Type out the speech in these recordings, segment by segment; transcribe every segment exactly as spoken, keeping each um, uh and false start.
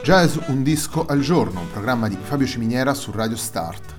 Jazz un disco al giorno, un programma di Fabio Ciminiera su Radio Start.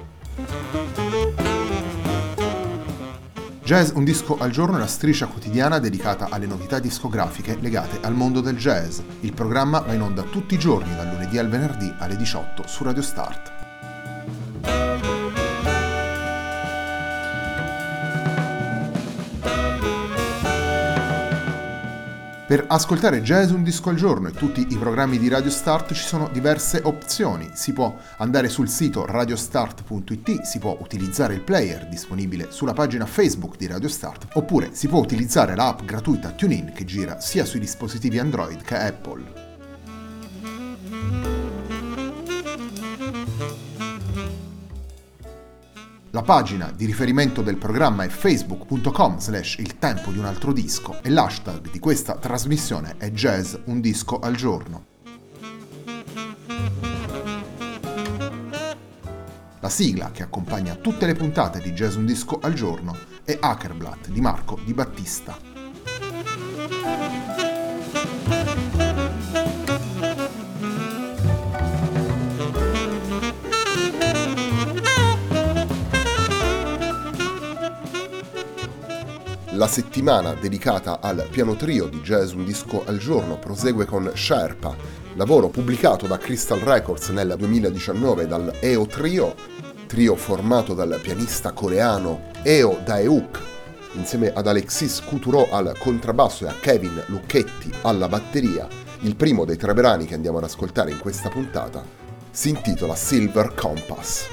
Jazz un disco al giorno è la striscia quotidiana dedicata alle novità discografiche legate al mondo del jazz. Il programma va in onda tutti i giorni, dal lunedì al venerdì alle diciotto su Radio Start. Per ascoltare Jazz un disco al giorno e tutti i programmi di Radio Start ci sono diverse opzioni. Si può andare sul sito radiostart punto it, si può utilizzare il player disponibile sulla pagina Facebook di Radio Start, oppure si può utilizzare l'app gratuita TuneIn che gira sia sui dispositivi Android che Apple. La pagina di riferimento del programma è facebook punto com slash il tempo di un altro disco e l'hashtag di questa trasmissione è Jazz un disco al giorno. La sigla che accompagna tutte le puntate di Jazz un disco al giorno è Hackerblatt di Marco Di Battista. La settimana dedicata al piano trio di Jazz un disco al giorno prosegue con Sherpa, lavoro pubblicato da Crystal Records nel duemiladiciannove dal Eo Trio, trio formato dal pianista coreano Eo Dae-wook, insieme ad Alexis Coutureau al contrabbasso e a Kevin Lucchetti alla batteria. Il primo dei tre brani che andiamo ad ascoltare in questa puntata si intitola Silver Compass.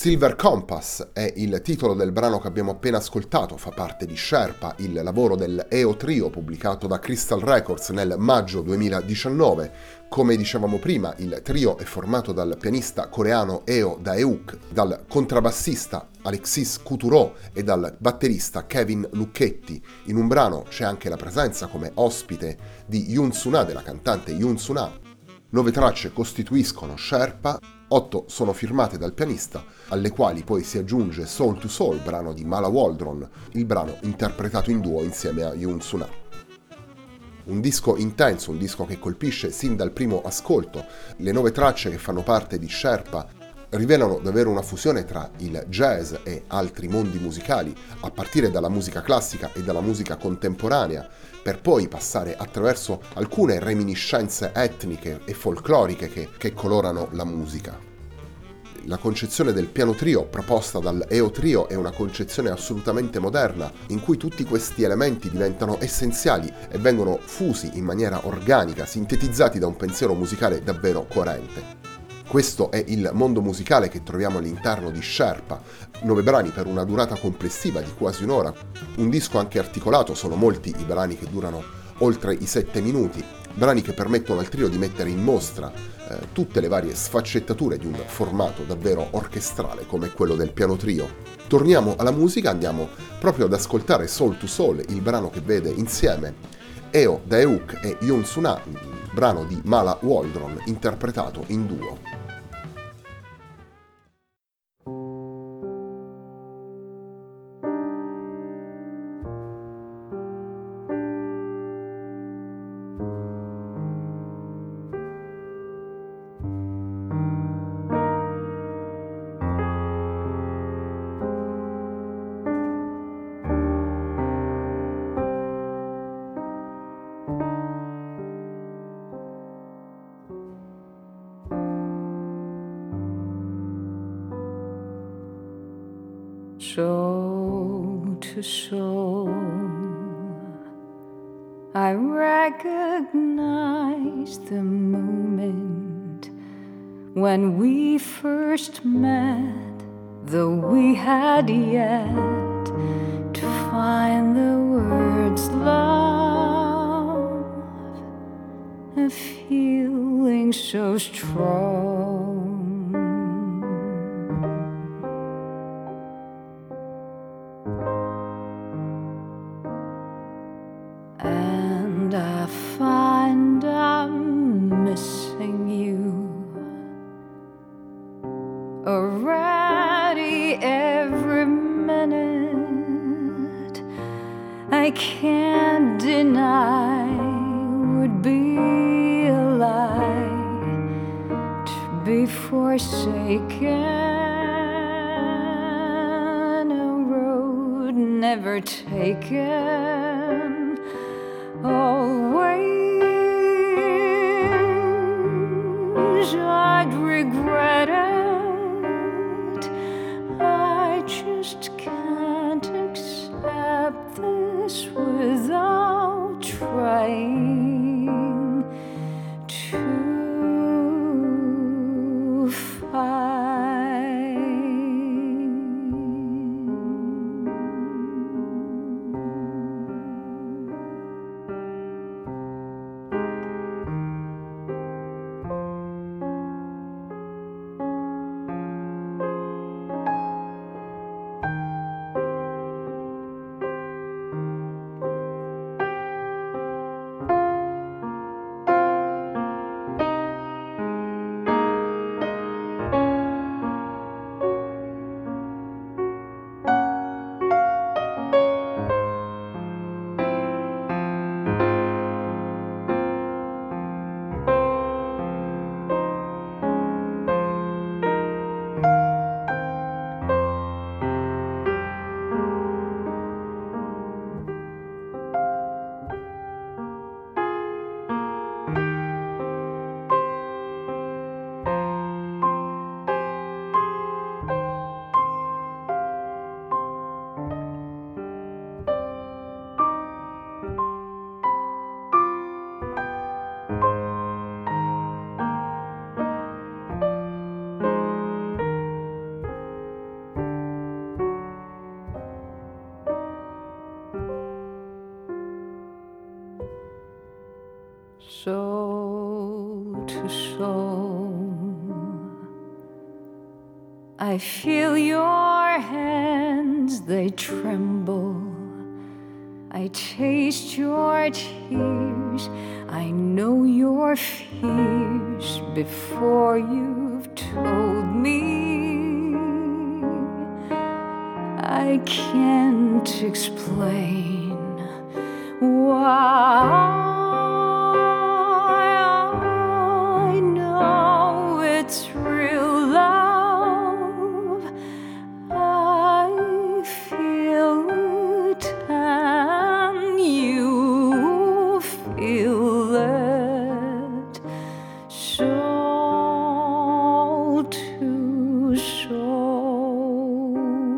Silver Compass è il titolo del brano che abbiamo appena ascoltato, fa parte di Sherpa, il lavoro del E O Trio pubblicato da Crystal Records nel maggio duemiladiciannove. Come dicevamo prima, il trio è formato dal pianista coreano Eo Daeuk, dal contrabbassista Alexis Coutureau e dal batterista Kevin Lucchetti. In un brano c'è anche la presenza come ospite di Yoon Suna, della cantante Yoon Suna. Nove tracce costituiscono Sherpa, otto sono firmate dal pianista, alle quali poi si aggiunge Soul to Soul, brano di Mala Waldron, il brano interpretato in duo insieme a Yoon Suna. Un disco intenso, un disco che colpisce sin dal primo ascolto. Le nove tracce che fanno parte di Sherpa rivelano davvero una fusione tra il jazz e altri mondi musicali, a partire dalla musica classica e dalla musica contemporanea, per poi passare attraverso alcune reminiscenze etniche e folcloriche che, che colorano la musica. La concezione del piano trio proposta dal E O Trio è una concezione assolutamente moderna, in cui tutti questi elementi diventano essenziali e vengono fusi in maniera organica, sintetizzati da un pensiero musicale davvero coerente. Questo è il mondo musicale che troviamo all'interno di Sherpa, nove brani per una durata complessiva di quasi un'ora, un disco anche articolato, sono molti i brani che durano oltre i sette minuti, brani che permettono al trio di mettere in mostra eh, tutte le varie sfaccettature di un formato davvero orchestrale come quello del piano trio. Torniamo alla musica, andiamo proprio ad ascoltare Soul to Soul, il brano che vede insieme Eo Daeuk e Yoon Suna, brano di Mala Waldron interpretato in duo. Soul to soul, I recognize the moment when we first met, though we had yet to find the words love, a feeling so strong. And I find I'm missing you already every minute. I can't deny would be a lie to be forsaken, a road never taken. Always I'd regret it. I just can't accept this without trying to find. soul to soul. I feel your hands, they tremble. I taste your tears. I know your fears before you've told me. I can't explain why. I know it's real love. I feel it and you feel it. Soul to soul.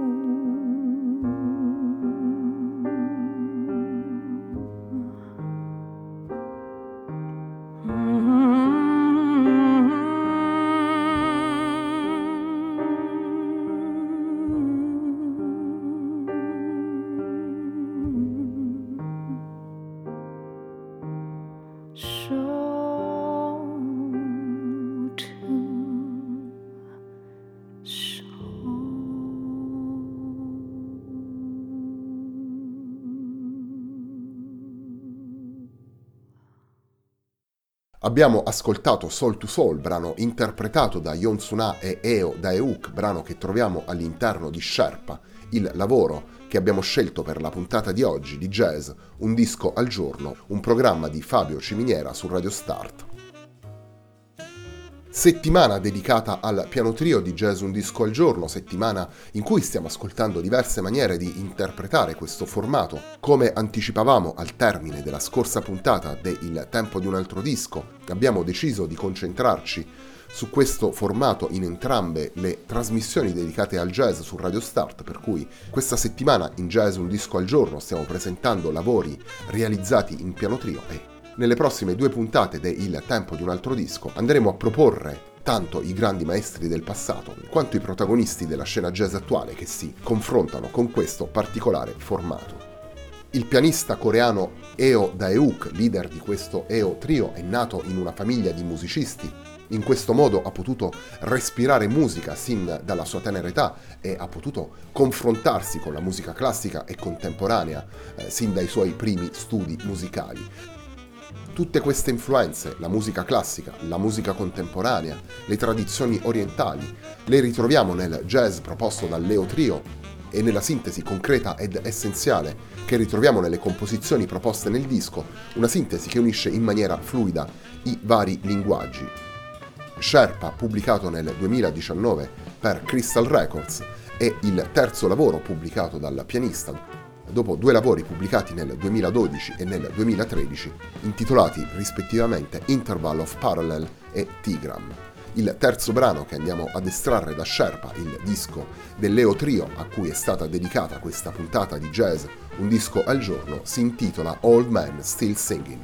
Abbiamo ascoltato Soul to Soul, brano interpretato da Yon Suna e Eo Daeuk, brano che troviamo all'interno di Sherpa, il lavoro che abbiamo scelto per la puntata di oggi di Jazz, un disco al giorno, un programma di Fabio Ciminiera su Radio Start. Settimana dedicata al piano trio di Jazz un disco al giorno, settimana in cui stiamo ascoltando diverse maniere di interpretare questo formato. Come anticipavamo al termine della scorsa puntata de Il tempo di un altro disco, abbiamo deciso di concentrarci su questo formato in entrambe le trasmissioni dedicate al jazz su Radio Start, per cui questa settimana in Jazz un disco al giorno stiamo presentando lavori realizzati in piano trio e nelle prossime due puntate de Il tempo di un altro disco andremo a proporre tanto i grandi maestri del passato quanto i protagonisti della scena jazz attuale che si confrontano con questo particolare formato. Il pianista coreano Eo Daeuk, leader di questo Eo Trio, è nato in una famiglia di musicisti. In questo modo ha potuto respirare musica sin dalla sua tenera età e ha potuto confrontarsi con la musica classica e contemporanea eh, sin dai suoi primi studi musicali. Tutte queste influenze, la musica classica, la musica contemporanea, le tradizioni orientali, le ritroviamo nel jazz proposto dall'Eo Trio e nella sintesi concreta ed essenziale che ritroviamo nelle composizioni proposte nel disco, una sintesi che unisce in maniera fluida i vari linguaggi. Sherpa, pubblicato nel duemiladiciannove per Crystal Records, è il terzo lavoro pubblicato dal pianista, dopo due lavori pubblicati nel duemiladodici e nel duemilatredici, intitolati rispettivamente Interval of Parallel e Tigram. Il terzo brano che andiamo ad estrarre da Sherpa, il disco dell'Eo Trio a cui è stata dedicata questa puntata di Jazz, un disco al giorno, si intitola Old Man Still Singing.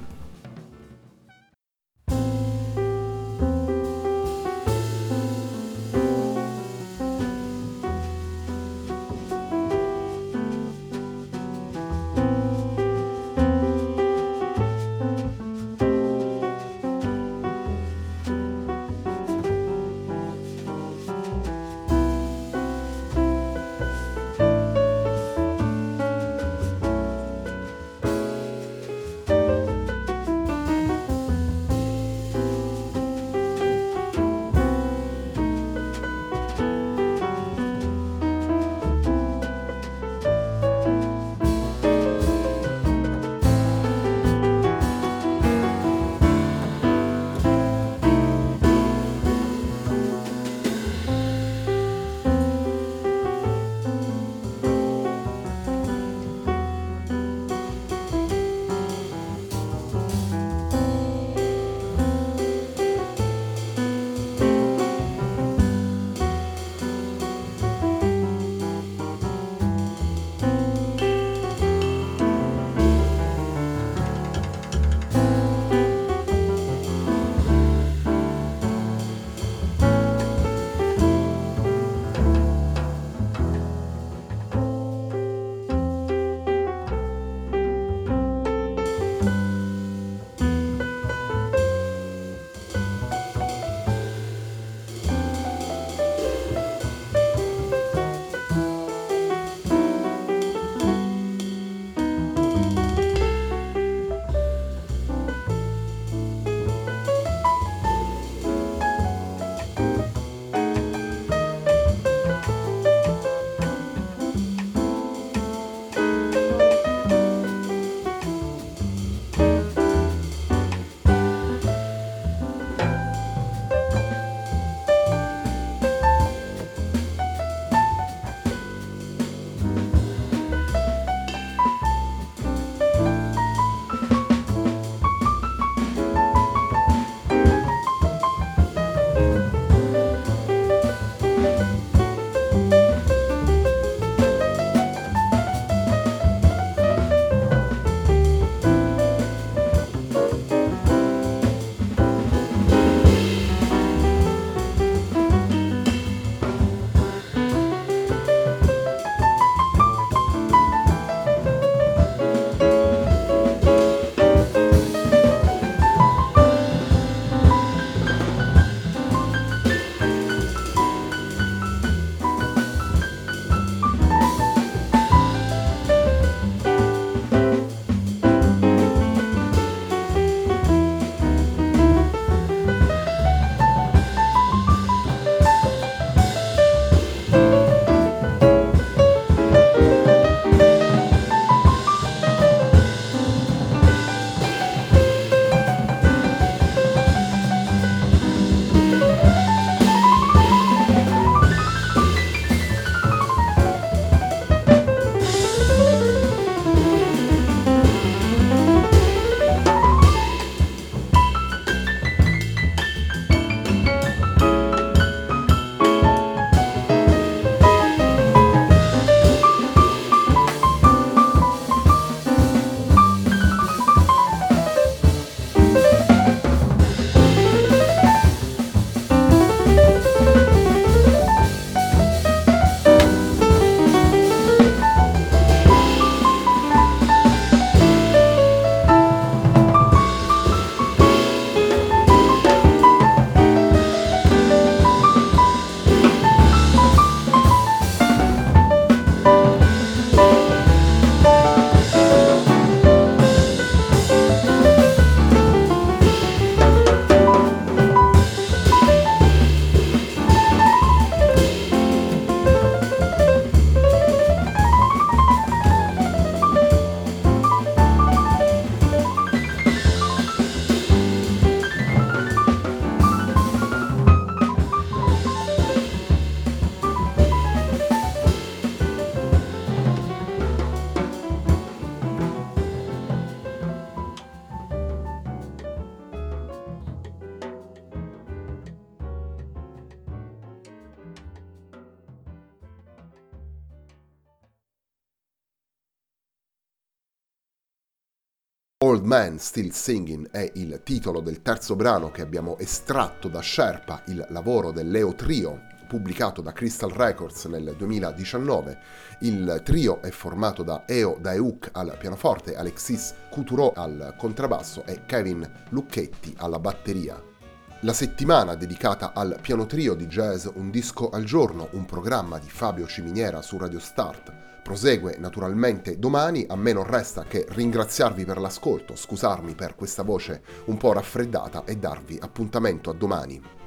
Old Man Still Singing è il titolo del terzo brano che abbiamo estratto da Sherpa, il lavoro dell'E O Trio, pubblicato da Crystal Records nel duemiladiciannove. Il trio è formato da Eo Daeuk al pianoforte, Alexis Coutureau al contrabbasso e Kevin Lucchetti alla batteria. La settimana dedicata al piano trio di Jazz Un Disco al Giorno, un programma di Fabio Ciminiera su Radio Start, prosegue naturalmente domani. A me non resta che ringraziarvi per l'ascolto, scusarmi per questa voce un po' raffreddata e darvi appuntamento a domani.